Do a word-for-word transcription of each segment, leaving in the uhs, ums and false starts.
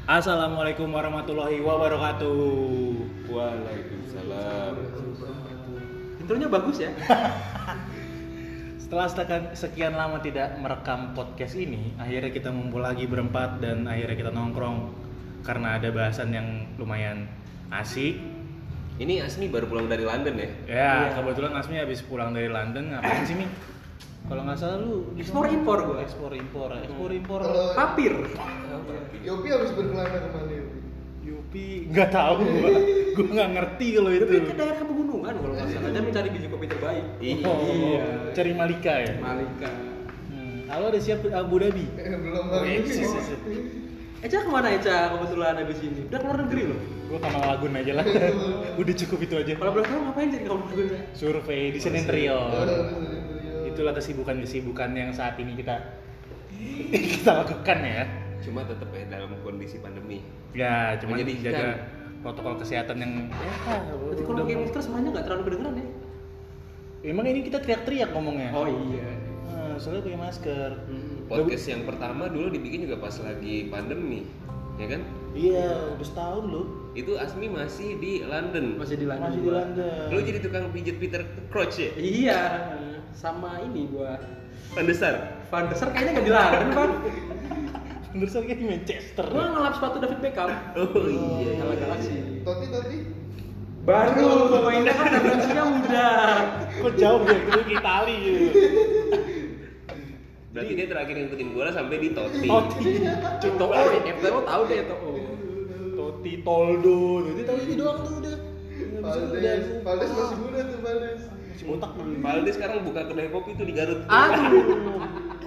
Assalamualaikum warahmatullahi wabarakatuh. Waalaikumsalam. Intronya bagus ya. Setelah setekan- sekian lama tidak merekam podcast ini, akhirnya kita ngumpul lagi berempat dan akhirnya kita nongkrong karena ada bahasan yang lumayan asik. Ini Asmi baru pulang dari London ya? Ya, Iya. kebetulan Asmi habis pulang dari London. Ngapain sih, Mi? Kalau nggak salah lu di Ekspor sana- impor gua. Ekspor impor, ekspor impor. Kalau Papir. Yopi habis berkelana kemana Yopi? Yupi, nggak tahu gua. Gua nggak ngerti kalau itu. Tapi itu daerah pegunungan kalau nggak salah. Dia mencari biji kopi terbaik. Iya. Oh, cari Malika ya. Malika. Hmm. Halo, udah siap Abu Dhabi? Eh, belum Oh, lagi. iya, iya, iya, iya. Eca kemana Eca kebetulan habis ini? Udah keluar negeri loh. Gua ke Malagun aja lah. Udah cukup itu aja. Kalau boleh tahu ngapain jadi kamu negeri? Survei desain Oh, interior. iya. Itulah kesibukan-kesibukan yang saat ini kita kita lakukan ya. Cuma tetap ya dalam kondisi pandemi. Ya, cuma Menjadi jaga ikan. protokol kesehatan yang ya, Berarti kalau udah- pakai masker semuanya nggak terlalu kedengeran ya? Emang ini kita teriak-teriak ngomongnya. Oh iya. Nah, soalnya pakai masker. Hmm. Podcast yang pertama dulu dibikin juga pas lagi pandemi, ya kan? Iya, udah setahun loh. Itu Asmi masih di London. Masih di London. Masih di gua. London. Lu jadi tukang pijit Peter Crouch ya? Iya. Sama ini gua. Pandesar. Van der Sar kayaknya nggak di London, Van. Bener sekali di Manchester. Gua ngelap sepatu David Beckham. Oh iya. Kalau Galaxy. Toti Toti. Baru mainnya kan usianya muda. Kok jauh ya itu ke Itali gitu. Berarti dia terakhir ngikutin bola sampai di Totti. Totti. Itu oh, F T O tahu deh itu. Totti Toldo. Jadi tahu ini doang tuh udah. Valdes, Valdes masih muda tuh Valdes. Masih botak dulu. Valdes sekarang buka kedai kopi itu di Garut. Aduh.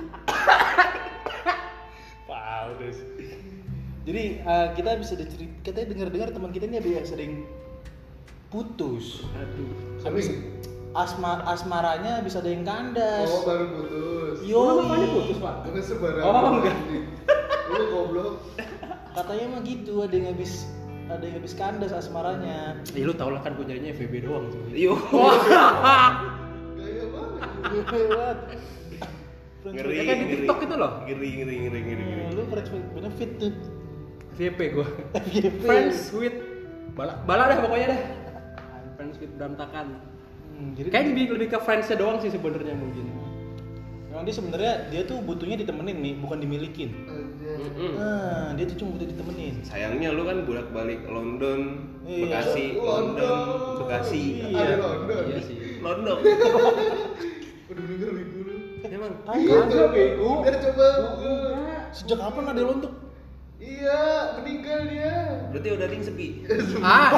Valdes. Jadi eh, kita bisa cerita, katanya dengar-dengar teman kita ini ada yang sering putus. Aduh. Habis asma asmaranya bisa ada yang kandas. Oh baru putus. Yo, Oh, bapaknya putus, Pak. Bukan sembarangan. Oh, enggak. Lu goblok. katanya mah gitu, ada yang habis ada yang habis kandas asmaranya. Ya lu tau lah kan gue nyarinya F B B doang tuh. Yo. Gaya banget. Lewat. Ngeri. Ya kan di ngeri. TikTok itu loh. Ngeri ngeri ngeri ngeri. ngeri. Lu friends with benefit tuh. F Y P gue. F Y P. Friends with bala bala dah pokoknya dah. Friends with berantakan. Hmm, jadi Kayak lebih lebih ke friendsnya doang sih sebenarnya mungkin. memang dia sebenarnya dia tuh butuhnya ditemenin nih, bukan dimilikin. Anjir. Mm-mm. Nah, dia tuh cuma butuh ditemenin. Sayangnya lu kan bolak-balik London, Iya. Bekasi, London, London. Bekasi, Iya. Ada London. Iya sih. London. Udah denger nih dulu. Emang Kagak bego. Udah coba. Sejak kapan ada lontok? Iya, meninggal dia. berarti udah ring sepi. Ah,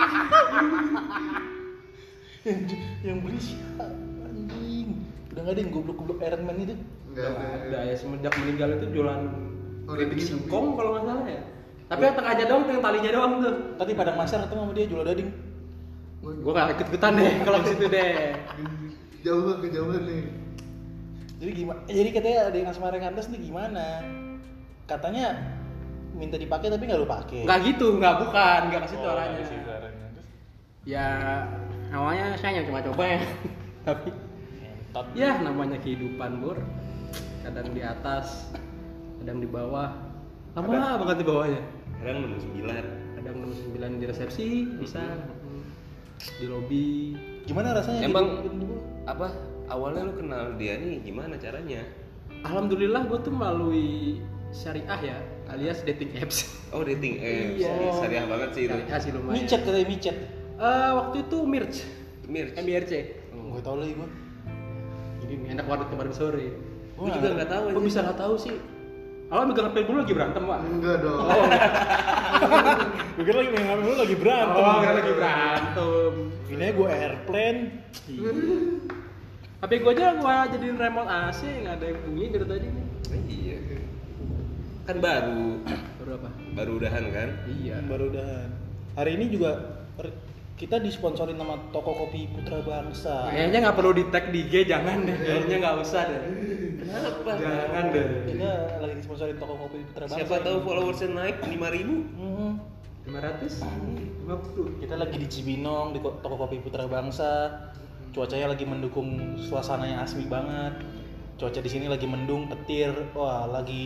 yang, yang beli siapa? Anjing. Udah nggak ada yang goblok-goblok Iron Man itu. Enggak udah ada. ada ya semenjak meninggal itu jualan Oh, keripik keripik singkong kalau nggak salah ya. Tapi yang tengahnya doang tuh yang talinya doang tuh. Tadi Padang Masyar ketemu sama dia jual dading. Gue gak ikut-ikutan deh kalau ke situ deh. Jauh kejauhan nih. Jadi gimana? Jadi katanya ada yang asmara kandas nih gimana? Katanya minta dipakai tapi nggak lu pakai. Nggak gitu, nggak bukan, nggak ke situ Oh, arahnya. ke situ arahnya. Terus Ya awalnya saya yang coba-coba ya, tapi ngentot. ya namanya kehidupan bur. Kadang di atas, kadang di bawah. Lama banget di bawahnya. Kadang enam sembilan. Kadang enam sembilan di resepsi bisa, di lobi. Gimana rasanya? Emang jadi- apa awalnya lu kenal dia nih gimana caranya? Alhamdulillah gue tuh melalui syariah ya, alias dating apps. Oh dating apps, Iya. Ini syariah banget sih itu. Syariah sih lumayan. micet katanya micet. Eh, waktu itu Mirch, Mirch. M I R C. Gue tau lagi gue. Jadi enak banget kemarin sore. Gue juga nggak tahu Kok aja. bisa nggak tahu sih? Awalnya megang H P dulu lagi berantem pak. Enggak dong. Gue kira lagi main lu lagi berantem. Oh, kira lagi berantem. Ini gue airplane. H P gue aja gue jadiin remote A C, nggak ada yang bunyi dari tadi nih. Iya. Kan baru, Baru apa? baru udahan kan? Iya. Baru udahan. Hari ini juga per- kita disponsorin sama toko kopi Putra Bangsa. Kayaknya nggak perlu di tag di I G, jangan deh. Kayaknya nggak usah deh. Kenapa? Jangan deh. Kita lagi disponsorin toko kopi Putra Bangsa. Siapa tahu followersnya naik lima ribu. Mhm. lima ratus? lima puluh. Kita lagi di Cibinong di ko- toko kopi Putra Bangsa. Cuacanya lagi mendukung suasananya asmi banget. Cuaca di sini lagi mendung, petir. Wah, lagi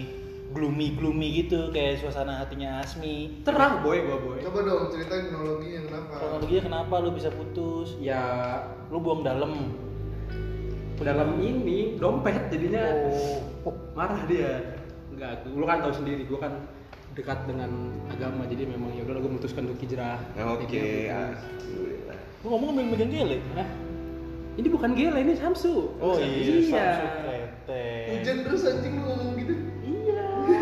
gloomy-gloomy gitu kayak suasana hatinya Asmi. Terang boy gua boy. Coba dong ceritain kronologinya kenapa? Kronologinya kenapa lu bisa putus? Ya Lu buang dalam. dalam ini dompet jadinya Oh. marah dia. Enggak, lu kan tahu sendiri gua kan dekat dengan agama jadi memang ya udah gua memutuskan untuk hijrah. Oke, Jadinya putus. alhamdulillah. Lu ngomong ambil megang gele. Hah? Ini bukan gele, ini Samsu. Oh iya, iya. Samsu Kreteng. Hujan terus anjing lu ngomong gitu. Iya.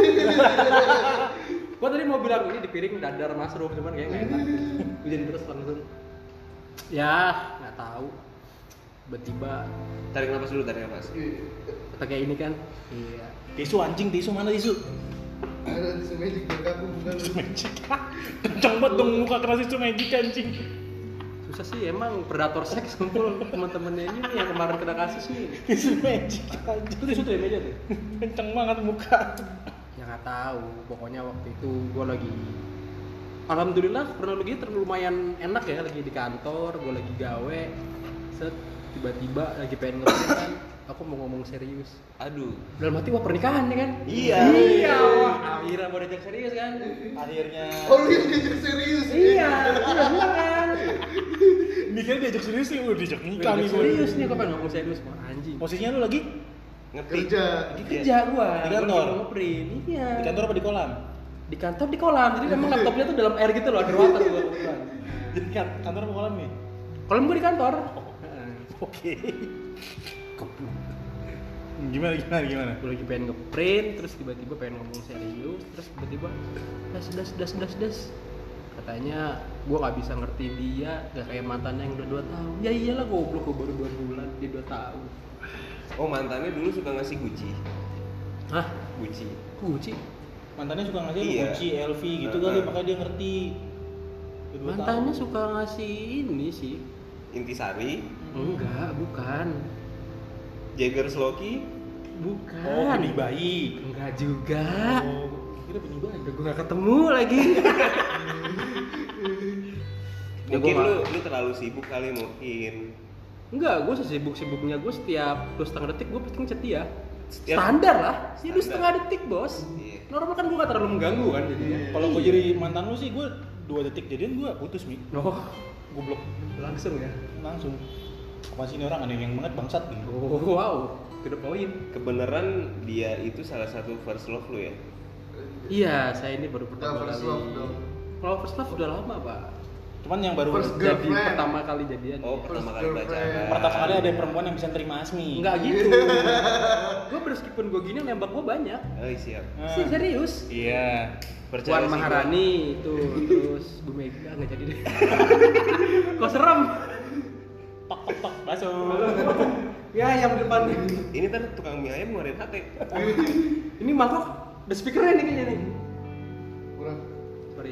Gua tadi mau bilang ini di piring dadar mushroom cuman kayak nggak enak. Hujan terus langsung. Ya, nggak tahu. Tiba-tiba Tarik nafas dulu, tarik nafas. pakai ini kan. Iya. Tisu anjing, tisu mana tisu? Ada tisu magic buat aku bukan lu. Magic. Kencang banget dong muka kena tisu magic anjing. Susah sih emang predator seks kumpul teman-temannya ini nih yang kemarin kena kasus nih. Tisu magic anjing. Itu tisu tuh ya meja tuh. Kencang banget muka. Ya nggak tahu. Pokoknya waktu itu gua lagi alhamdulillah kronologi terlalu lumayan enak ya, lagi di kantor, gua lagi gawe. Set tiba-tiba lagi pengen ngeprint kan. Aku mau ngomong serius. Aduh. Dalam hati wah pernikahan ya kan? Iya. Iya, wah akhirnya mau diajak serius kan? Akhirnya Oh lu yang diajak serius. Iya, udah bilang kan. mikirnya diajak serius sih, udah diajak nikah Diajak nih gua. serius nih, aku pengen ngomong serius wah anjing. Posisinya lu lagi Ngerti. Kerja. Lagi kerja gua. Di kantor? Gua ngeprint. Iya. di kantor apa di kolam? Di kantor di kolam. Jadi memang laptopnya tuh dalam air gitu loh, underwater gua kebetulan. Jadi kan- kantor apa kolam nih? Kolam gua di kantor. Oke. Gimana gimana gimana? Gue lagi pengen ngeprint, terus tiba-tiba pengen ngomong serius, terus tiba-tiba das das das das das katanya gue nggak bisa ngerti dia, gak kayak mantannya yang udah dua tahun. Ya iyalah goblok, gue baru dua bulan dia dua tahun. Oh, mantannya dulu suka ngasih Gucci. Hah? Gucci. Gucci? Mantannya suka ngasih Iya. Gucci, L V gitu Uh-uh. kali makanya dia ngerti. Dia dua Mantannya tahun. suka ngasih ini sih. Intisari, Enggak, bukan. Jagger Sloki. Bukan. Oh, benih bayi. Enggak juga. Oh, kira benih bayi. Udah gue gak ketemu lagi. Ya, Mungkin gua lu nggak- lu terlalu sibuk kali mungkin. Enggak, gue sesibuk-sibuknya gue setiap dua setengah detik gue pasti ngechat dia. Setiap- Standar lah, ya dua Standar. setengah detik bos. Iya. Normal kan gue gak terlalu mengganggu kan jadinya. Kalau gue jadi mantan lu sih, gue dua detik jadian gue putus mi. Oh, Gue blok langsung ya. langsung. Apa sih ini orang aneh yang banget bangsat gitu. Oh, wow, to the point. Kebenaran dia itu salah satu first love lu ya? Iya, saya ini baru pertama Udah first kali. love dong. Kalau first love udah lama pak. Cuman yang baru First Jadi girlfriend. pertama kali jadian. Oh, ya. pertama kali girlfriend. pacaran. pertama kali ada perempuan yang bisa terima Asmi. Enggak gitu. Gue meskipun gue gini nembak gue banyak. Oh, siap. Ah. Sih serius. Iya. Percaya Puan sih gua. Maharani itu terus Bu Mega nggak jadi deh. Kok serem? Tok tok tok masuk. Ya yang depan nih. Ini kan tukang mie ayam ngeluarin hati. Ini mangkok ada speakernya nih kayaknya nih. Kurang. Sorry.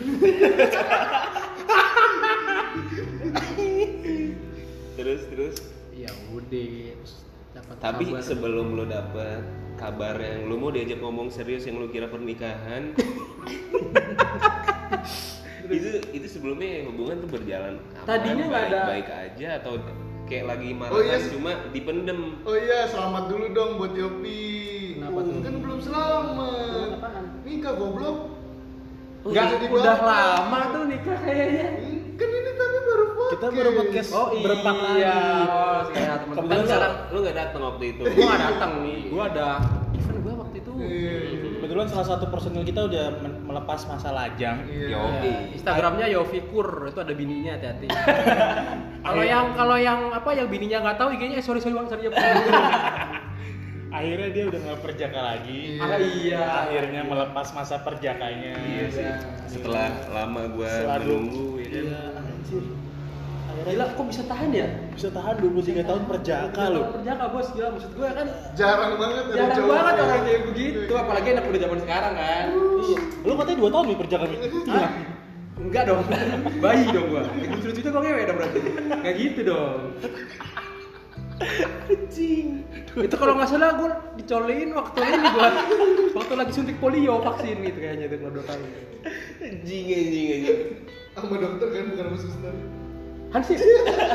Terus terus. Ya udah terus dapat Tapi kabar. sebelum lu dapet kabar yang lu mau diajak ngomong serius yang lu kira pernikahan, itu itu sebelumnya hubungan tuh berjalan aman, Tadinya nggak baik, ada- baik aja atau kayak lagi marahan Oh, iya. cuma dipendem. Oh iya, selamat dulu dong buat Yopi. Kenapa tuh? Kan belum selamat. Apaan? Nikah goblok. Enggak, Jadi udah bapak. lama tuh nikah kayaknya. Kan ini tapi baru podcast. Kita baru podcast Oh berempat iya. lagi. Oh, iya teman-teman. Tapi Kebetulan sekarang lu nggak datang waktu itu. Gua nggak datang nih. Gua ada event gua waktu itu. Iya. Kebetulan salah satu personil kita udah men- melepas masa lajang. Iya. Yo. Ya, Instagramnya Yofikur itu ada bininya hati-hati. Kalau yang kalau yang apa yang bininya nggak tahu I G-nya eh, sorry sorry bang sorry ya. Akhirnya dia udah nggak perjaka lagi. Iya. Ah, iya. Akhirnya melepas masa perjakanya. Iya sih. Setelah lama gua Setelah menunggu ya kan. Iya, anjir. Akhirnya Gila kok bisa tahan ya? bisa tahan dua puluh tiga tahun perjaka loh. Perjaka bos gila maksud gue kan Jarang banget ada jarang cowok banget ya. orang kayak begitu apalagi anak udah zaman sekarang kan. Iya. Lu katanya dua tahun nih perjaka nih. Hah? Enggak dong, bayi dong gua. Lucu-lucunya gua ngewe dong berarti. Enggak gitu dong. Anjing. Itu kalau nggak salah gua dicolein waktu ini gua waktu lagi suntik polio vaksin gitu kayaknya itu kalau dua tahun. Anjing anjing anjing. Sama dokter kan bukan sama suster. Hansip.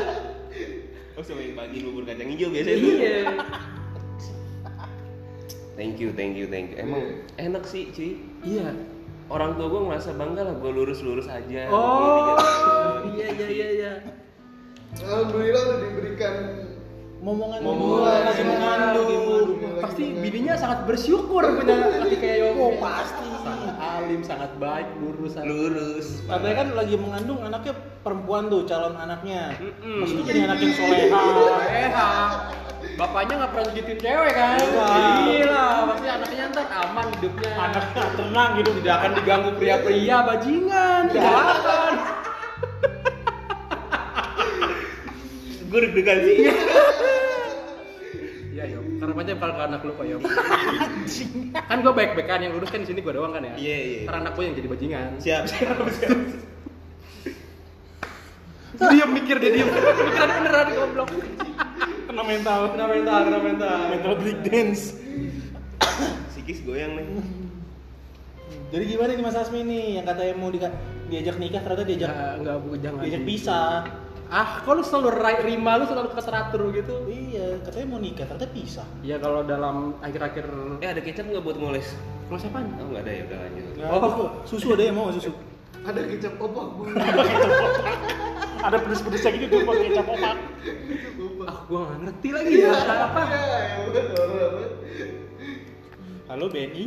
Oh, sampai pagi bubur kacang hijau biasa itu. Iya. Thank you, thank you, thank you. Emang enak sih, cuy. Iya. Orang tua gue ngerasa bangga lah, gue lurus-lurus aja. Oh, iya iya iya iya. Alhamdulillah udah diberikan Momongan Momongan. lagi mengandung. Pasti bininya sangat bersyukur punya laki kayak Yogi. Oh, pasti. Sangat alim, sangat baik, lurus. Lurus. Katanya kan lagi mengandung anaknya perempuan tuh calon anaknya. Mm-mm. Maksudnya jadi anak yang soleha. Soleha. Bapaknya nggak pernah ngejutin cewek kan? Iya. Gila, pasti anaknya ntar aman hidupnya. Anaknya tenang gitu, tidak akan diganggu pria-pria bajingan, tidak akan. Gue deg-degan sih. Iya Yom, karena macam kalau ke anak lu kok Yom. Kan gue baik-baikan, yang lurus kan di sini gue doang kan ya. Iya, iya. Ntar anak gue yang jadi bajingan. Siap, siap, siap. Dia mikir dia diem, pikirannya beneran goblok. Kena mental. Kena mental, kena mental. Mental break dance. Sikis goyang nih. Jadi gimana nih Mas Asmi nih yang katanya mau di, diajak nikah ternyata diajak Enggak, enggak, bu, jangan. diajak gitu. pisah. Ah, kok lu selalu ra- rima, lu selalu keteratur gitu? Iya, katanya mau nikah ternyata pisah. Ya kalau dalam akhir-akhir Eh ada kecap nggak buat ngoles? kalau siapa? Oh nggak ada ya, udah lanjut. Oh, susu ada ya mau susu. ada kecap opak bu. Ada pedes-pedesnya gitu tuh pakai kecap opak. Ah, gua nggak ngerti lagi ya. Apa? Ya, ya udah orang apa? Halo B N I.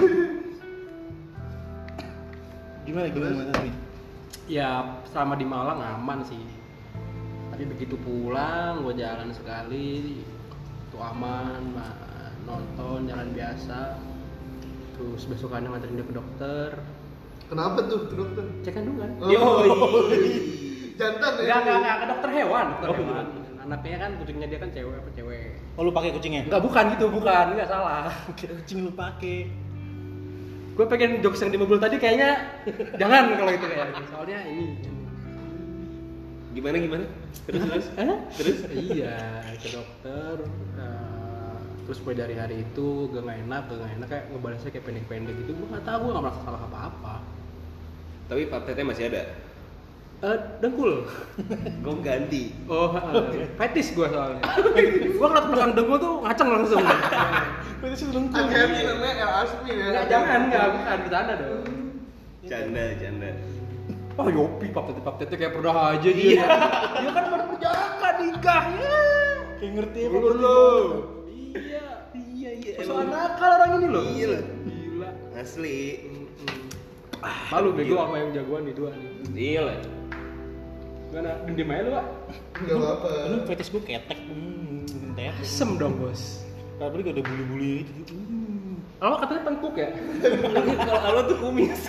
Gimana gimana Mas Asmi? Ya selama di Malang aman sih. Tapi begitu pulang, gua jalan sekali, itu aman, ma- nonton jalan biasa. Terus besokannya nganterin dia ke dokter, Kenapa tuh ke dokter? cek kandungan. Oh, jantan ya? Enggak, enggak, enggak, ke dokter hewan, dokter Oh, hewan. Anaknya kan kucingnya dia kan cewek apa cewek. Oh lu pakai kucingnya? Enggak, bukan gitu, bukan, enggak salah. Kucing lu pakai. Gue pengen jokes yang di mobil tadi kayaknya jangan kalau itu kayak soalnya ini. Gimana gimana? Terus terus. Eh? Terus? Iya, ke dokter. eh, terus mulai dari hari itu gak nggak enak, gak nggak enak kayak ngebalasnya kayak pendek-pendek gitu. Gue nggak tahu, gue nggak merasa salah apa-apa. Tapi pap teteh masih ada. Eh, dengkul. Gue ganti. Oh, uh, fetis gue soalnya. Gue ngeliat belakang dengkul tuh ngaceng langsung. Itu sih dengkul. Hati-hati namanya El Asmi ya. Enggak, jangan, enggak, bukan bercanda dong. Canda, canda. Oh, Yopi, pap tete pap tete kayak pernah aja dia. Iya. Dia kan baru perjalanan nikah ya. Kayak ngerti apa Lu lo. Iya. Iya iya. Persoalan nakal orang ini loh. Iya lah. Gila. Asli. Malu bego Gila. sama yang jagoan nih dua nih. Iya lah. Gimana? Dendam aja lu, Pak. Enggak apa-apa. Lu fetis gue ketek. Hmm, ketek. Asem dong, Bos. Apalagi kalau udah buli-buli gitu. Hmm. Awak katanya pengkuk ya? Kalau Allah tuh kumis.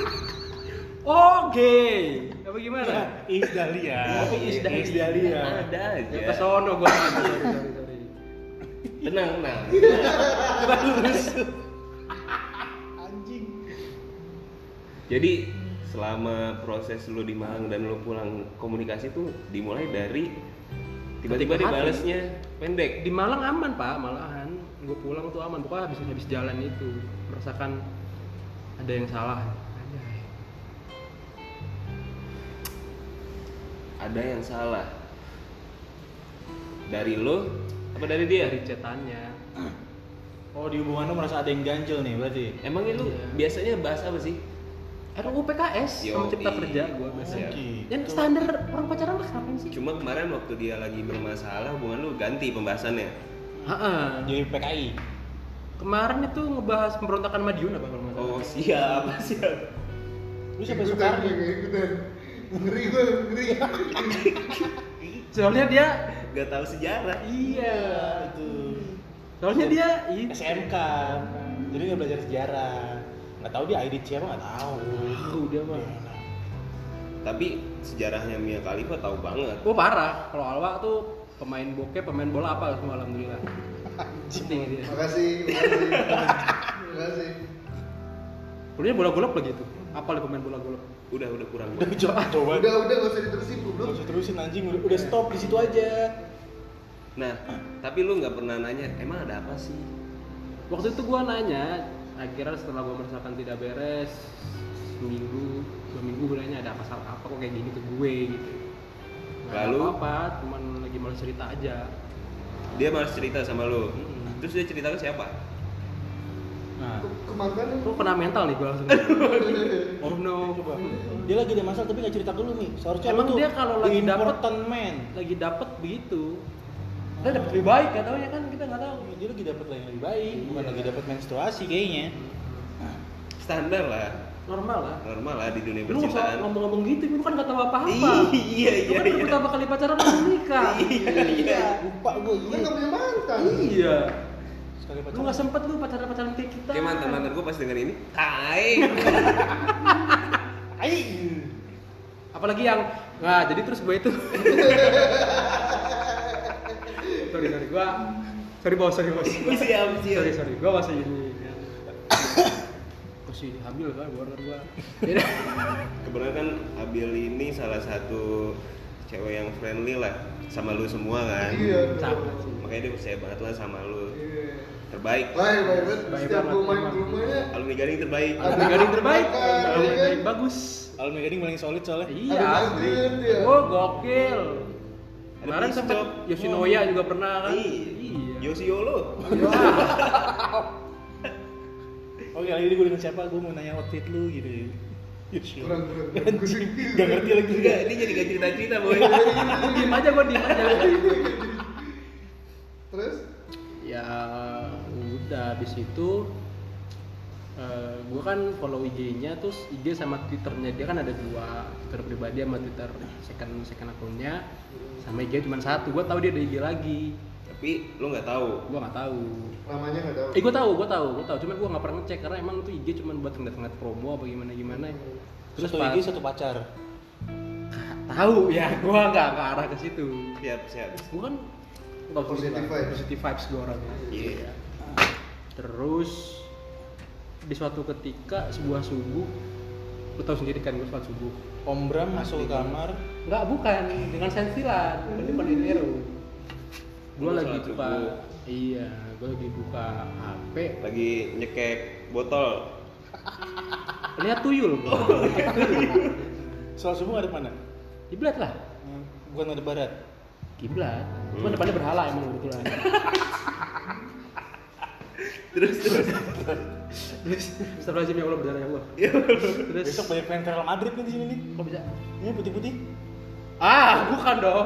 Oke. Apa gimana? Is Dahlia. Oh, Is Dahlia. Is Dahlia. Ada aja. Ya ke sono gua. Sorry, sorry, sorry. Tenang, tenang. Anjing. Jadi selama proses lu di Malang dan lu pulang komunikasi tuh dimulai dari tiba-tiba Ketik hati. dibalesnya pendek. Di Malang aman, Pak, malahan. Gue pulang tuh aman, pokoknya habis habis jalan itu merasakan ada yang salah. Anjay. Ada yang salah. Dari lu apa dari dia? Dari cetannya. Oh di hubungan lu merasa ada yang ganjel nih berarti. Emangnya lu Iya. biasanya bahas apa sih? R U U P K S sama Yoi. cipta kerja gue biasanya. Siap. Yang standar orang pacaran lah ngapain sih? Cuma kemarin waktu dia lagi bermasalah hubungan lu ganti pembahasannya. Heeh. Jadi P K I. Kemarin itu ngebahas pemberontakan Madiun apa kalau nggak salah. Oh siap, siap. Lu sampai Ikutan, sekarang gue, ikutan. Ngeri gue, ngeri. Soalnya dia Gak tahu sejarah. iya. itu Soalnya dia itu S M K. Jadi nggak belajar sejarah. Nggak tahu dia I D C apa nggak tahu. tahu dia mah. Tapi sejarahnya Mia Khalifa tahu banget. Oh parah. Kalau Alwa tuh pemain bokep, pemain bola apa semua alhamdulillah. Penting dia. Makasih, makasih. Makasih. Kuliah bola golok lagi tuh. Apa pemain bola golok? Udah udah kurang. Udah coba coba. Udah, udah gak usah diterusin Nggak goblok. usah terusin anjing udah, udah stop di situ aja. Nah, tapi lu nggak pernah nanya emang ada apa sih? Waktu itu gua nanya, akhirnya setelah gua merasakan tidak beres seminggu, dua minggu gua nanya ada apa salah apa kok kayak gini ke gue gitu. Nggak ada Lalu? apa-apa, cuman lagi malas cerita aja. Dia malah cerita sama lu. Mm-mm. Terus dia cerita ke siapa? Nah, Ke- Kemakan Lu kena mental nih gue langsung. Oh no. coba. Dia lagi ada masalah tapi nggak cerita ke lu nih. Seharusnya Emang lu tuh dia kalau the lagi dapet- important man. Lagi dapet begitu. Dia dapet lebih baik gak taunya kan kita nggak tahu. Dia lagi dapat yang lebih baik, bukan lagi dapat menstruasi kayaknya. Standar lah, Normal lah. normal lah di dunia Lu nggak usah percintaan. ngomong-ngomong gitu, lu kan nggak tahu apa-apa. Iya Lu iya kan iya. baru pertama kali pacaran langsung nikah. Iya. Lupa gue Lu kan nggak punya mantan. Iya. Sekali Lu pacaran. nggak sempet lu pacaran-pacaran kayak kita. Kayak mantan mantan gue pas denger ini, kai. Apalagi yang nah jadi terus gue itu. sorry sorry gua sorry bos sorry bos. Siap siap. sorry sorry gua masih ini. Masih hamil kan border gua. Kebetulan kan Abil ini salah satu cewek yang friendly lah sama lu semua kan. Iya. Capek sih. Makanya dia percaya banget lah sama lu. Iya. Terbaik. Baik, baik banget. Baik Setiap banget, gua main emang. ke rumahnya Alumni Gading terbaik. Ada Gading terbaik. makan, Alumni iya kan? Gading bagus. Alumni Gading paling solid soalnya. Iya Ada asli. masjid, ya. Oh gokil. Ada Kemarin Piscop. sempet Yoshinoya juga pernah kan? Iya. Yosiolo. Oke, kali ini gue dengan siapa? Gue mau nanya outfit lu gitu. Kurang, kurang. Anjing, gak ngerti lagi. Enggak, ini jadi gak cerita-cerita boy. Diem aja gua diem aja. Terus? Ya udah habis itu uh, gue kan follow I G-nya terus I G sama Twitter-nya dia kan ada dua, Twitter pribadi sama Twitter second second akunnya sama I G cuma satu. Gue tahu dia ada I G lagi. Tapi lu nggak tahu. Gue nggak tahu. Namanya nggak tahu. Eh gue tahu, gue tahu, gue tahu. Cuman gue nggak pernah ngecek karena emang itu I G cuma buat ngeliat-ngeliat promo apa gimana gimana. Terus satu I G satu pacar. Tahu ya, gue nggak ke arah ke situ. Siap siap. Gue kan nggak Positive vibes. positive vibes gue orangnya. Iya. Terus di suatu ketika sebuah subuh, lu tahu sendiri kan gue sholat subuh. Om Bram masuk ke kamar. Enggak, bukan dengan sensilan, berarti pada Nero. Gue Lu lagi sholat buka, subuh. iya, gue lagi buka H P. Lagi nyekek botol. Lihat tuyul, bro. Soal subuh ngadep mana? Kiblat lah, Hmm, Bukan ngadep barat. kiblat. Cuma Hmm. depannya berhala emang kebetulan. Terus terus. Terus, astagfirullahaladzim ya Allah berdarah ya Allah. Terus, Besok banyak fans Real Madrid nih di sini nih. kok bisa? Ini putih-putih. Ah, bukan dong.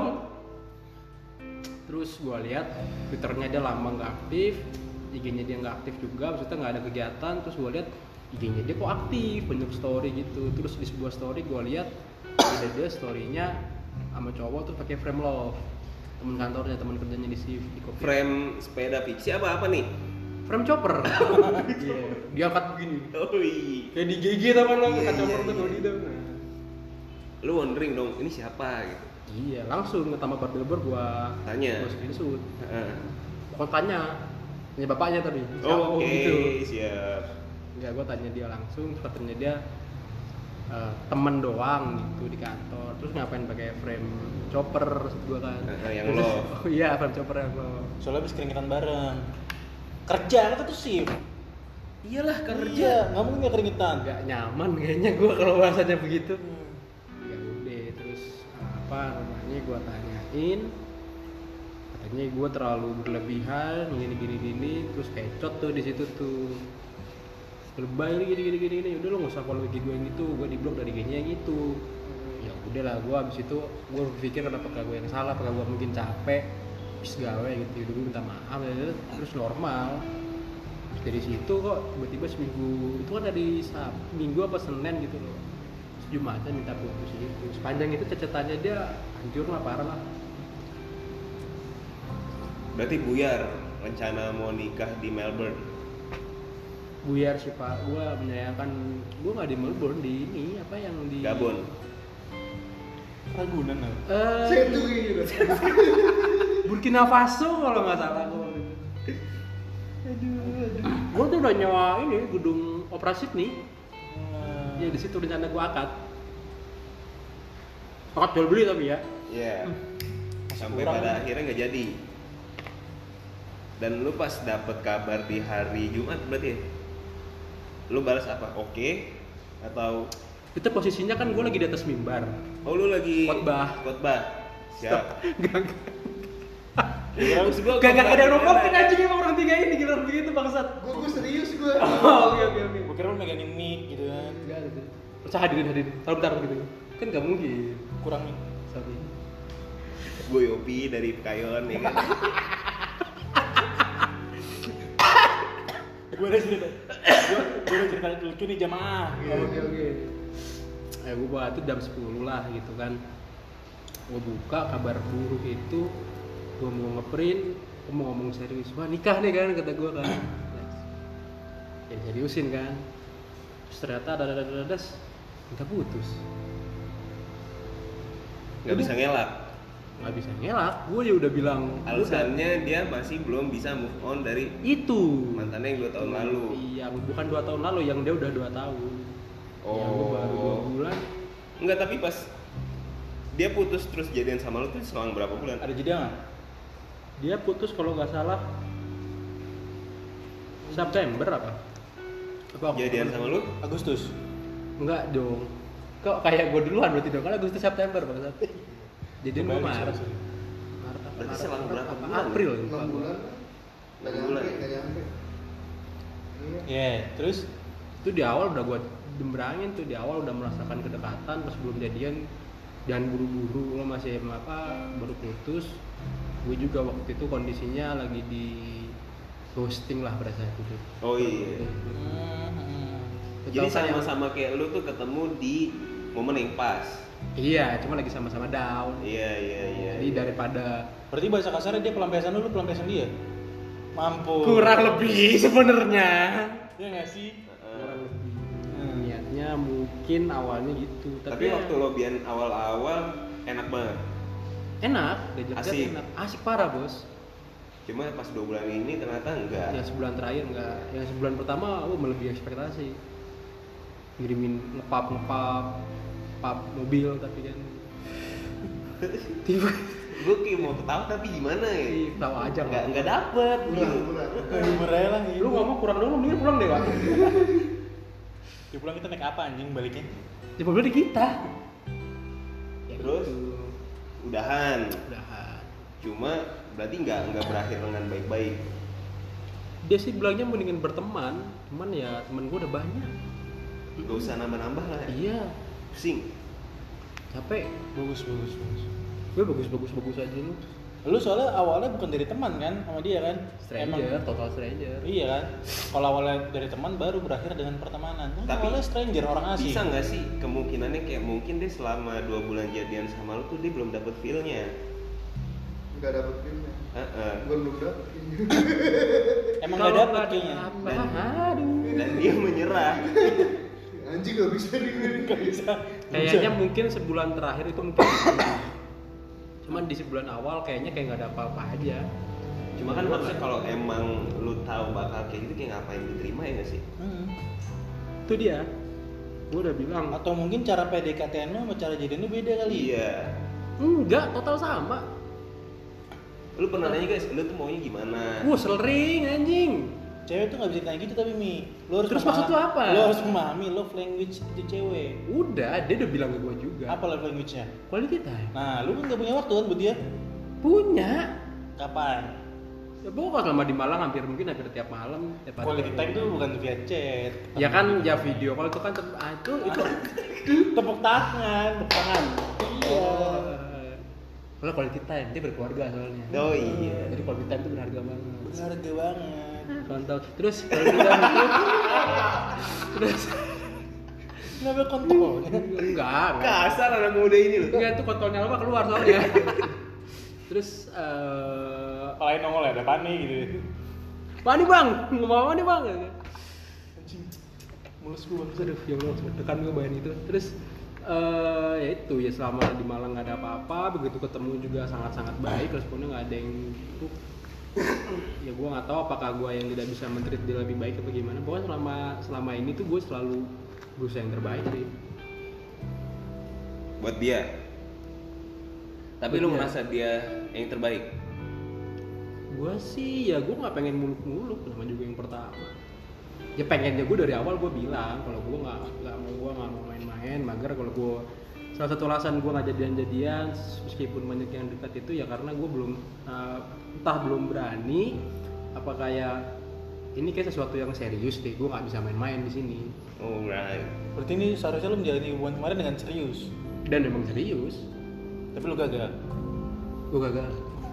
Terus gua lihat Twitternya dia lama nggak aktif, I G-nya dia nggak aktif juga, maksudnya nggak ada kegiatan. Terus gua lihat I G-nya dia kok aktif, banyak story gitu. Terus di sebuah story gua lihat ada dia story-nya sama cowok terus pakai frame love. Temen kantornya, temen kerjanya di si di kopi. Frame sepeda fiksi apa apa nih? Frame chopper. Iya, diangkat begini. Oh iya. Kayak di gigi teman lo, Iya, angkat chopper iya, tuh kalau iya. di dalam. Lu wondering dong, ini siapa gitu. Iya, langsung ke tambah barber gua Tanya. gua screenshot. Heeh. Bukan tanya, ini bapaknya tapi. Oh, Siapa? Oke, gitu. siap. Enggak, gue tanya dia langsung, terus katanya dia eh, temen doang gitu di kantor. Terus ngapain pakai frame chopper maksud gue kan? Eh, yang Terus, lo. Oh iya, frame chopper yang lo. Soalnya habis keringetan bareng. Kerja kata tuh sih. Iyalah Kerja, nggak mungkin nggak keringetan. Nggak nyaman kayaknya gue kalau bahasanya begitu. Hmm. Ya udah, terus apa namanya gue tanyain. Katanya gue terlalu berlebihan, gini gini gini, terus kecot tuh di situ tuh. Lebay gini gini gini gini, udah lo nggak usah follow I G gue yang itu, gue di blok dari I G-nya yang itu. Ya udah lah, gue abis itu gue berpikir kenapa gue yang salah, apakah gue mungkin capek, habis gawe gitu, udah gue minta maaf, ya, terus normal. Terus dari situ kok tiba-tiba seminggu itu kan dari Sabtu, Minggu apa Senin gitu loh. Terus Jumatnya minta putus gitu. Sepanjang itu cecetannya dia hancur lah, parah lah. Berarti buyar rencana mau nikah di Melbourne. Buyar sih pak, gue menyayangkan, gue nggak di Melbourne, di ini apa yang di Gabon. Ragunan lah. Eh, Saya tuh gitu. Burkina Faso kalau nggak salah gue. Gue tuh udah nyewa ini gedung operasi nih. Ya di situ rencana gue akad. Akad jual beli tapi ya. Iya. Sampai kurang. pada akhirnya nggak jadi. Dan lu pas dapet kabar di hari Jumat berarti ya? Lu balas apa? Oke atau Itu posisinya kan gue lagi di atas mimbar. oh lu lagi Khotbah. Khotbah. Siap. Enggak enggak. Terus gua Gak gak ada yang ngomongin anjing emang orang tiga ini gila begitu bangsat. Gue gue serius gue. Oh, oke oke oke. Gue kira lu megangin mic gitu kan. Enggak gitu. Percaya hadirin hadirin. Kalau bentar gitu. Kan gak mungkin. Kurang nih. Sorry. Gue Yopi dari Pekayon ya kan. Gue udah cerita. Gue gue udah cerita lucu nih jamaah. Oke oke. Eh gue buat itu jam sepuluh lah gitu kan. Gue buka kabar buruk itu, gue mau ngeprint, gue mau ngomong serius, wah nikah nih kan kata gue kan. Ya seriusin kan. Terus ternyata ada ada ada das, minta putus. Nggak bisa ngelak. Nggak bisa ngelak, gue ya udah bilang. Alasannya dia masih belum bisa move on dari itu mantannya yang dua tahun lalu. Iya, bukan dua tahun lalu, yang dia udah dua tahun. Yang gue baru dua Oh. bulan. Enggak, tapi pas dia putus terus jadian sama lu tuh selang berapa bulan? Ada jeda nggak? Dia putus kalau nggak salah September apa? Apa Jadian sama lu? Agustus. Enggak dong. Kok kayak gue duluan berarti dong? Kan Agustus September bang. Jadian gue Kembali, Maret. sorry. Maret apa? Berarti Maret selang apa? berapa Apa? bulan? April. enam lupa gua. bulan. enam Nggak bulan. nyampe, nggak nyampe. Iya. Iya, terus Itu di awal udah gue jembrangin tuh, di awal udah merasakan kedekatan, pas belum jadian jangan buru-buru, lo masih apa baru putus. Gue juga waktu itu kondisinya lagi di ghosting lah pada saat itu. Oh iya. hmm, Jadi Tahu kan yang- sama-sama kayak lu tuh ketemu di momen yang pas. Iya, cuma lagi sama-sama down. Iya iya iya. Jadi daripada berarti bahasa kasarnya dia pelampiasan lu, lu pelampiasan dia. Mampu. kurang lebih sebenarnya. Ya nggak sih? Kurang lebih. Niatnya mungkin awalnya gitu, Tapi tapi, waktu lo bian awal-awal enak banget. enak, diajak Asik. enak, asik parah bos. Cuma pas dua bulan ini ternyata enggak. Yang sebulan terakhir enggak, yang sebulan pertama oh melebihi ekspektasi. Ngirimin ngepap ngepap, pap mobil tapi kan tiba Gue kayak mau ketawa tapi gimana ya? Ih, tahu aja Enggak nggak. enggak dapet. Bulan, Gitu. bulan. Bener lah Lu ngomong kurang dulu, mendingan pulang deh, Pak. Di pulang kita naik apa anjing baliknya? Di mobil di kita. Ya Terus? gitu. Udahan. Udahan. Cuma berarti nggak nggak berakhir dengan baik-baik. Dia sih bilangnya mendingan berteman, cuman ya temen gue udah banyak. Gak usah nambah-nambah lah. Iya, Pusing. capek. Bagus bagus bagus. Gue bagus bagus bagus aja lu. Lu soalnya awalnya bukan dari teman kan sama dia kan? Stranger, total stranger. Iya kan? Kalau awalnya dari teman baru berakhir dengan pertemanan. Kan Tapi awalnya stranger orang asing. Bisa nggak sih kemungkinannya kayak mungkin dia selama dua bulan jadian sama lu tuh dia belum dapet feel-nya. Nggak dapet filmnya. Heeh. Gue belum dapet. Emang Kalau gak dapet nggak kayaknya. apa, Dan- aduh. Dan dia menyerah. Anjing nggak bisa dibiarin. Gak bisa. Kayaknya mungkin sebulan terakhir itu mungkin. Cuman di sebulan awal kayaknya kayak nggak ada apa-apa aja. Cuma kan maksudnya kalau emang lu tahu bakal kayak gitu kayak ngapain diterima ya nggak sih? Hmm. Itu dia. Gue udah bilang. Atau mungkin cara P D K T lu sama cara jadiannya beda kali. Iya. Enggak, total sama. Lu pernah nanya guys, lu tuh maunya gimana? Wah, sering anjing. Cewek tuh gak bisa ditanya gitu tapi Mi. Lu harus Terus memahami- maksud lu apa? Lu harus memahami love language itu cewek. Udah, dia udah bilang ke gue juga. Apa love language-nya? Quality time. Nah, lu kan gak punya waktu kan buat dia? Punya. Kapan? Ya pokoknya selama di Malang hampir mungkin hampir tiap malam. Tiap hari. Quality time tuh bukan via chat. Ya kan, ya video call itu kan tetep- ah, itu itu. Tepuk tangan, tepuk tangan. Iya. Kalau quality time dia berkeluarga soalnya. Oh iya. Jadi quality time itu berharga banget. Berharga banget. Kontol. Terus quality time itu terus Nggak ada kontrolnya. enggak, enggak. Kasar anak muda ini loh. Enggak itu kontolnya lama keluar soalnya. Terus eh Kalahin nongol ya, ada panik gitu. mana nih bang? Ngomong apa nih bang? Anjing. Mulus gua. Aduh, ya Allah, dekan gue bayangin itu. Terus eh ya itu ya selama di Malang nggak ada apa-apa, begitu ketemu juga sangat-sangat baik, responnya nggak ada yang buruk. Ya gue nggak tahu apakah gue yang tidak bisa men-treat dia lebih baik atau gimana. Pokoknya selama selama ini tuh gue selalu berusaha yang terbaik sih. Buat dia. Tapi Buat lu dia. ngerasa dia yang terbaik. Gue sih ya gue nggak pengen muluk-muluk, nama juga yang pertama. Ya pengennya gue dari awal gue bilang kalau gue nggak nggak mau gue nggak mau main-main, mager kalau gue salah satu alasan gue nggak jadian-jadian meskipun banyak yang dekat itu ya karena gue belum uh, entah belum berani apa kayak ini kayak sesuatu yang serius deh, gue nggak bisa main-main di sini. Alright. Berarti ini seharusnya lu menjalani hubungan kemarin dengan serius. Dan emang serius, Tapi lu gagal. gue gagal.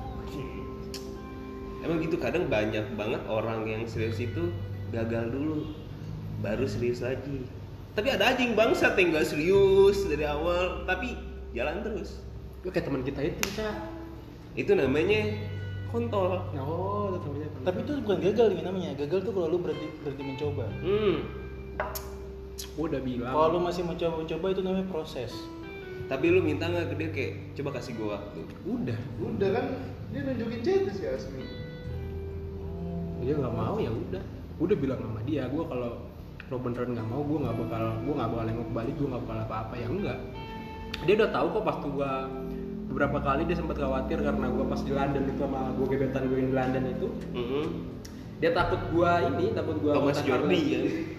Emang gitu, kadang banyak banget orang yang serius itu gagal dulu baru serius lagi. Tapi ada aja yang bangsat yang gak serius dari awal tapi jalan terus. Gue kayak teman kita itu, Cak. Itu namanya kontol. Oh, itu namanya. Tapi itu bukan gagal nih namanya. Gagal tuh kalau lu berhenti berhenti mencoba. Hmm. Gue udah bilang. Kalau lu masih mencoba-mencoba itu namanya proses. Tapi lu minta nggak ke dia kayak coba kasih gua waktu. Udah. Udah kan dia nunjukin chat si Asmi. Dia nggak mau ya udah. Udah bilang sama dia, gue kalau lo beneran nggak mau, gue nggak bakal, gue nggak bakal nengok balik, gue nggak bakal apa-apa ya enggak. Dia udah tahu kok pas tuh gue beberapa kali dia sempat khawatir karena gue pas di London itu sama gue gebetan gue yang di London itu. Mm-hmm. Dia takut gue ini, takut gue. Thomas Jordi ya.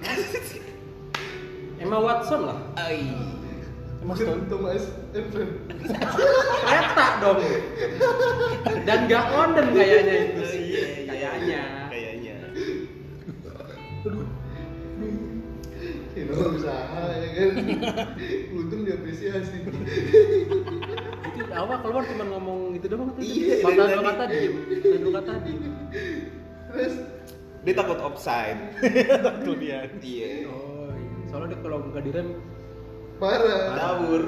Emma Watson lah. Ai. Mas Bukan Thomas Edison. Kereta dong. Dan gak onden kayaknya itu Oh, sih. iya, iya, Kayaknya. Kayaknya. Ya lo usaha ya kan. Untung diapresiasi. Itu awal keluar cuma ngomong gitu doang tuh. Iya, Kata dari dua tadi. kata diem. Kata dua kata diem. Terus Dia takut offside. Kelebihan. Iya. Oh, iya. Soalnya dia kalau nggak direm parah. Kabur.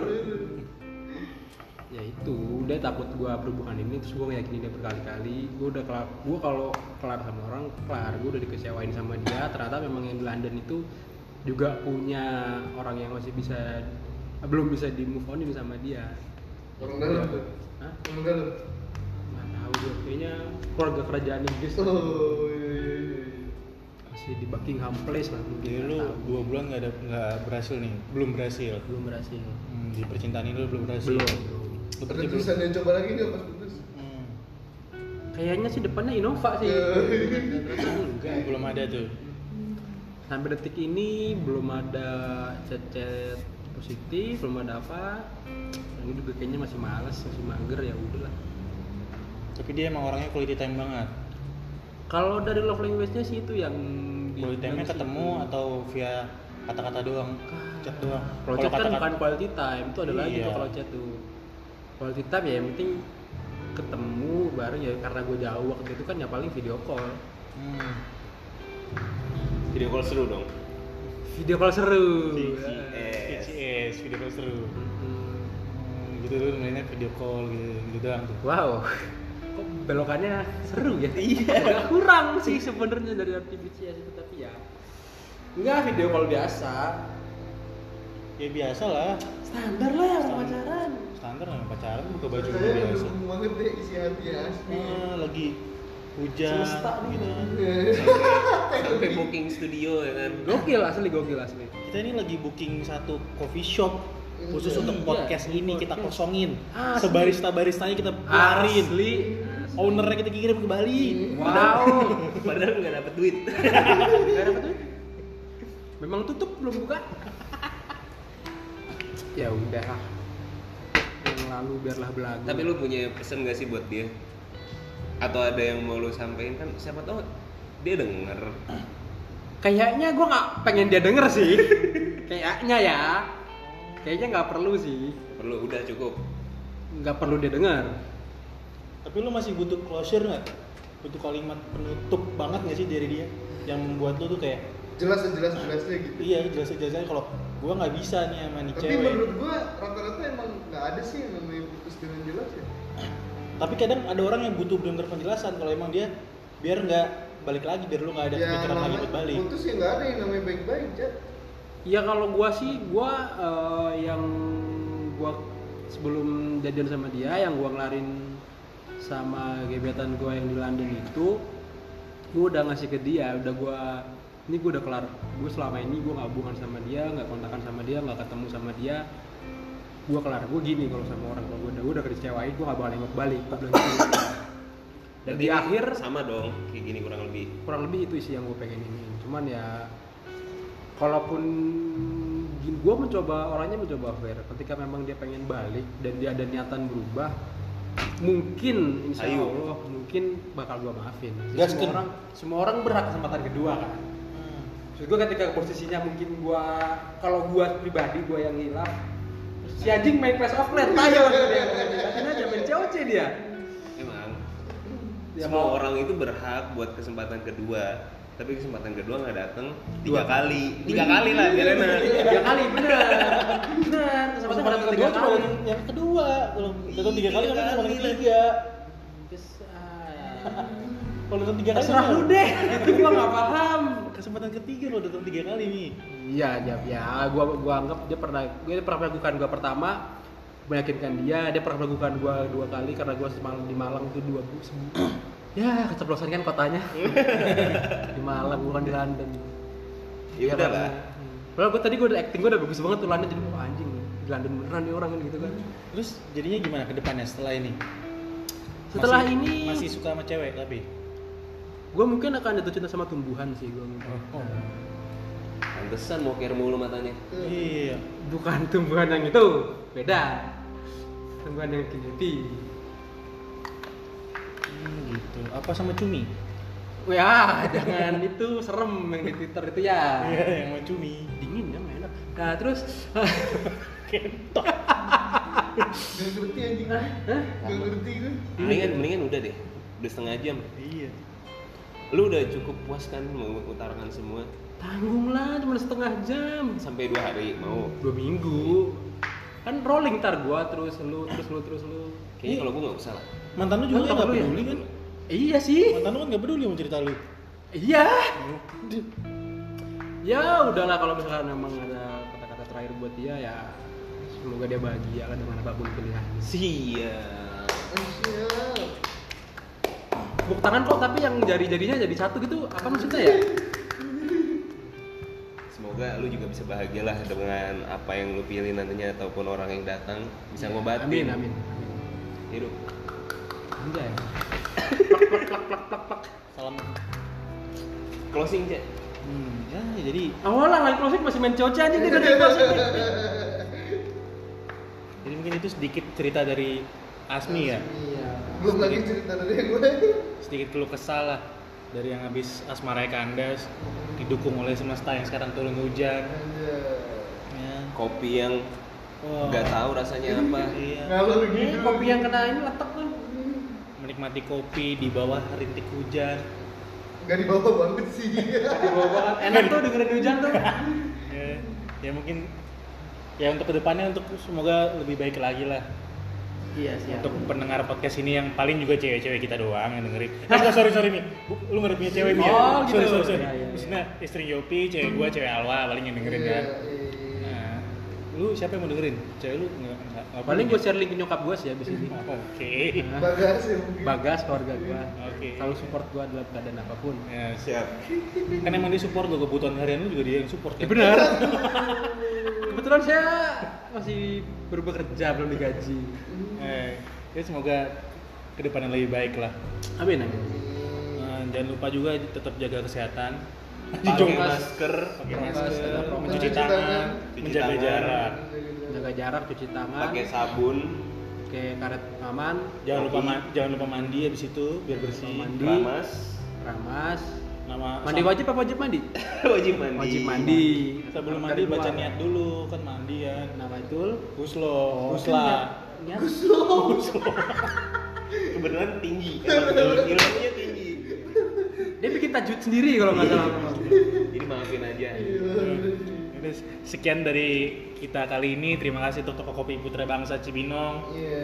ya itu dia takut gua berhubungan ini terus gua ngeyakinin dia berkali-kali gua udah kelar gua kalau kelar sama orang kelar gua udah dikecewain sama dia ternyata memang yang di London itu juga punya orang yang masih bisa belum bisa di move onin sama dia. Orang dalam tuh. Hah? Orang dalam. Nggak tahu gua kayaknya keluarga kerajaan Inggris Oh iya iya iya. masih di Buckingham Place lah mungkin. Jadi nggak lu tahu. dua bulan nggak ada nggak berhasil nih, belum berhasil. belum berhasil. Hmm, di percintaan ini lu belum berhasil. Belum. belum. Lu Ada berarti belum. tulisan yang coba lagi nggak pas putus? Hmm. Kayaknya sih depannya Innova sih. Ya. Ternyata enggak. Belum ada tuh. Sampai detik ini belum ada chat-chat positif, belum ada apa. Yang juga kayaknya masih malas, masih mager ya udahlah. Tapi dia emang orangnya quality time banget. Kalau dari love language-nya sih itu yang Quality time-nya dibilang sih ketemu itu. atau via kata-kata doang, chat doang. Kalau chat kan kata-kata- bukan quality time, itu ada lagi Iya. tuh kalau chat tuh. Quality time ya yang penting ketemu bareng ya karena gue jauh waktu itu kan ya paling video call. Hmm. Video call seru dong. Video call seru. V C Ya. S. V C S, video call seru. Hmm. Hmm, gitu tuh mainnya video call gitu, gitu doang tuh. Wow, kok belokannya seru ya? Iya. Agak kurang sih sebenarnya dari arti B C S itu tapi ya enggak video call biasa. Ya biasa lah, Standar lah yang Standar. pacaran. standar lah pacaran buka baju Saya udah biasa. mendukung banget deh isi hati Asmi. Ah, lagi hujan Semesta nih. gitu. Sampai booking studio ya kan. Gokil asli, gokil asli. Kita ini lagi booking satu coffee shop khusus Iya. untuk podcast Iya, ini kita podcast. kosongin. Asli. Sebarista-baristanya kita keluarin. Asli. Ownernya kita kirim ke Bali. Wow. Padahal nggak dapet duit. Gak dapet duit. Memang tutup belum buka. Ya udah. Yang lalu biarlah belagu. Tapi lu punya pesan gak sih buat dia? Atau ada yang mau lu sampein kan? Siapa tahu dia denger. Kayaknya gue nggak pengen dia denger sih. Kayaknya ya. Kayaknya nggak perlu sih. Perlu udah cukup. Nggak perlu dia denger. Tapi lu masih butuh closure nggak? Butuh kalimat penutup banget nggak sih dari dia yang membuat lu tuh kayak Jelas sejelas jelasnya gitu. iya jelas-jelasnya kalau gua nggak bisa nih sama nih Tapi cewek. menurut gua rata-rata emang nggak ada sih yang namanya putus dengan jelas ya. Tapi kadang ada orang yang butuh benar-benar penjelasan kalau emang dia biar nggak balik lagi, biar lu nggak ada Ya pikiran lagi namanya buat balik. putus ya nggak ada yang namanya baik-baik, Cak. Ya kalau gua sih, gua eh, yang gua sebelum jadian sama dia, yang gua ngelarin sama gebetan gua yang di London itu, gua udah ngasih ke dia, udah gua ini gua udah kelar, gua selama ini gua nggak hubungan sama dia, nggak kontakan sama dia, nggak ketemu sama dia, gua kelar, gua gini kalau sama orang kalau gua udah gua udah kecewain, gua nggak bakal nengok balik, gua bilang gitu. Dan di Berarti akhir sama dong kayak gini kurang lebih. kurang lebih itu sih yang gue pengen ini cuman ya kalaupun gue mencoba orangnya mencoba fair. Ketika memang dia pengen balik dan dia ada niatan berubah, mungkin insya Ayo. Allah mungkin bakal gue maafin. Gaskeun. Semua orang semua orang berhak kesempatan kedua kan. Maksud gue ketika posisinya mungkin gue kalau gue pribadi gue yang hilaf, si anjing main Clash of Clans, ayo dia liatin aja main C O C dia. Emang Ya, semua mau- orang itu berhak buat kesempatan kedua, tapi kesempatan kedua nggak datang tiga Dua. kali, tiga kali lah biar enak. Tiga kali bener, bener. Kesempatan Kesempatan datang kedua tiga cuma kali. yang, yang kedua. Kalau datang tiga kali kan Tiga kesempatan kali lah. ketiga. Terus, ah, Kalau datang tiga kali terserah kan lu deh, itu gua nggak paham. kesempatan ketiga lo datang tiga kali nih. Iya, ya, ya, gua gua anggap dia pernah, dia pernah melakukan gua pertama, meyakinkan dia, dia pernah melakukan gua dua kali karena gua semalam di Malang itu dua bu, ya keceplosan kan kotanya di Malang bukan di London. Ya udah lah. Padahal gua tadi gua udah acting gua udah bagus banget tuh London, jadi wah anjing di London beneran nih orang gitu kan. Terus jadinya gimana ke depannya setelah ini? Setelah Masih- ini masih suka sama cewek tapi. gua mungkin akan jatuh cinta sama tumbuhan sih gua mungkin. Oh. Pantesan mau care mulu matanya. Iya. Bukan tumbuhan yang itu, beda. Tumbuhan yang kinti. Hmm, gitu. Apa sama cumi? Wah, jangan itu serem yang di Twitter itu ya. Iya, yang mau cumi. Dingin ya, nggak enak. Nah, terus Kentok. Gak ngerti anjing. Hah? Gak ngerti gue. Mendingan mendingan udah deh, udah setengah jam. Iya. Lu udah cukup puas kan mengutarakan semua Tanggung lah, cuma setengah jam. sampai dua hari mau. Dua minggu. Kan rolling tar gua terus lu terus lu terus lu. Kayaknya kalau gua nggak usah lah. Mantan lu juga Mantap nggak lu ya? peduli kan? Iya sih. Mantan lu kan nggak peduli sama cerita lu. Iya. Ya udahlah kalau misalkan memang ada kata-kata terakhir buat dia ya semoga dia bahagia lah dengan apapun pilihan. Siap. Siap. Tepuk tangan kok tapi yang jari-jarinya jadi satu gitu apa maksudnya ya? Semoga lu juga bisa bahagia lah dengan apa yang lu pilih nantinya ataupun orang yang datang bisa ngobatin. Amin amin. amin. Hidup. Anjay. Salam. Closing aja. Hmm, ya jadi Awalnya lain closing masih main coca aja dia dari closing. jadi mungkin itu sedikit cerita dari Asmi ya. Iya. Belum lagi cerita dari gue. Sedikit keluh kesah lah dari yang habis asmara kandas didukung oleh semesta yang sekarang turun hujan. Anjay. Ya. Kopi yang Wah. nggak tahu rasanya apa. Iya. Ngalur Ini gitu. kopi yang kena ini letak tuh. Menikmati kopi di bawah rintik hujan. Gak dibawa banget sih. Di bawah banget. Enak tuh dengerin hujan tuh. Ya, ya mungkin ya untuk kedepannya untuk semoga lebih baik lagi lah. Iya sih. Untuk pendengar podcast ini yang paling juga cewek-cewek kita doang yang dengerin. Eh enggak, sorry sorry nih. Bu, lu nggak ada punya cewek nih ya? Oh, gitu. Sorry sorry sorry. Iya, iya, iya. Maksudnya istri Yopi, cewek gua, cewek Alwa paling yang dengerin Iya, kan. iya. Nah, lu siapa yang mau dengerin? Cewek lu enggak enggak. enggak Paling gue punya? share link ke nyokap gue sih abis ini. Oke. Bagas ya mungkin. Bagas keluarga gue. Oke. Selalu support gue dalam keadaan apapun. Ya, Siap. kan emang dia support gua kebutuhan harian lu juga dia yang support Ya kan? benar. Kebetulan saya masih baru bekerja belum digaji. Eh, ya semoga kedepannya lebih baik lah. Amin amin. Nah, jangan lupa juga tetap jaga kesehatan. Pakai masker. Pakai Prokes, masker, ada prokes. mencuci Cuci tangan, tangan. Cuci menjaga tangan. jarak. Jaga jarak, cuci tangan, Pakai sabun. pakai karet aman, Jangan lupa Kopi. ma- jangan lupa mandi habis itu biar bersih. Mandi. Ramas. ramas. Nama Mandi sam- wajib apa wajib mandi? Wajib mandi. Wajib mandi. Sebelum Dari mandi baca luar. niat dulu kan mandi ya. Nama itu. Guslo, Oh, gusla. Niat. Kebetulan tinggi. Emang ilmunya tinggi. Dia bikin tajwid sendiri kalau nggak salah. Jadi maafin aja. Jadi, sekian dari kita kali ini. Terima kasih untuk toko kopi Putra Bangsa Cibinong. Iya.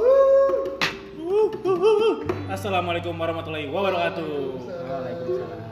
Assalamualaikum warahmatullahi wabarakatuh. Waalaikumsalam.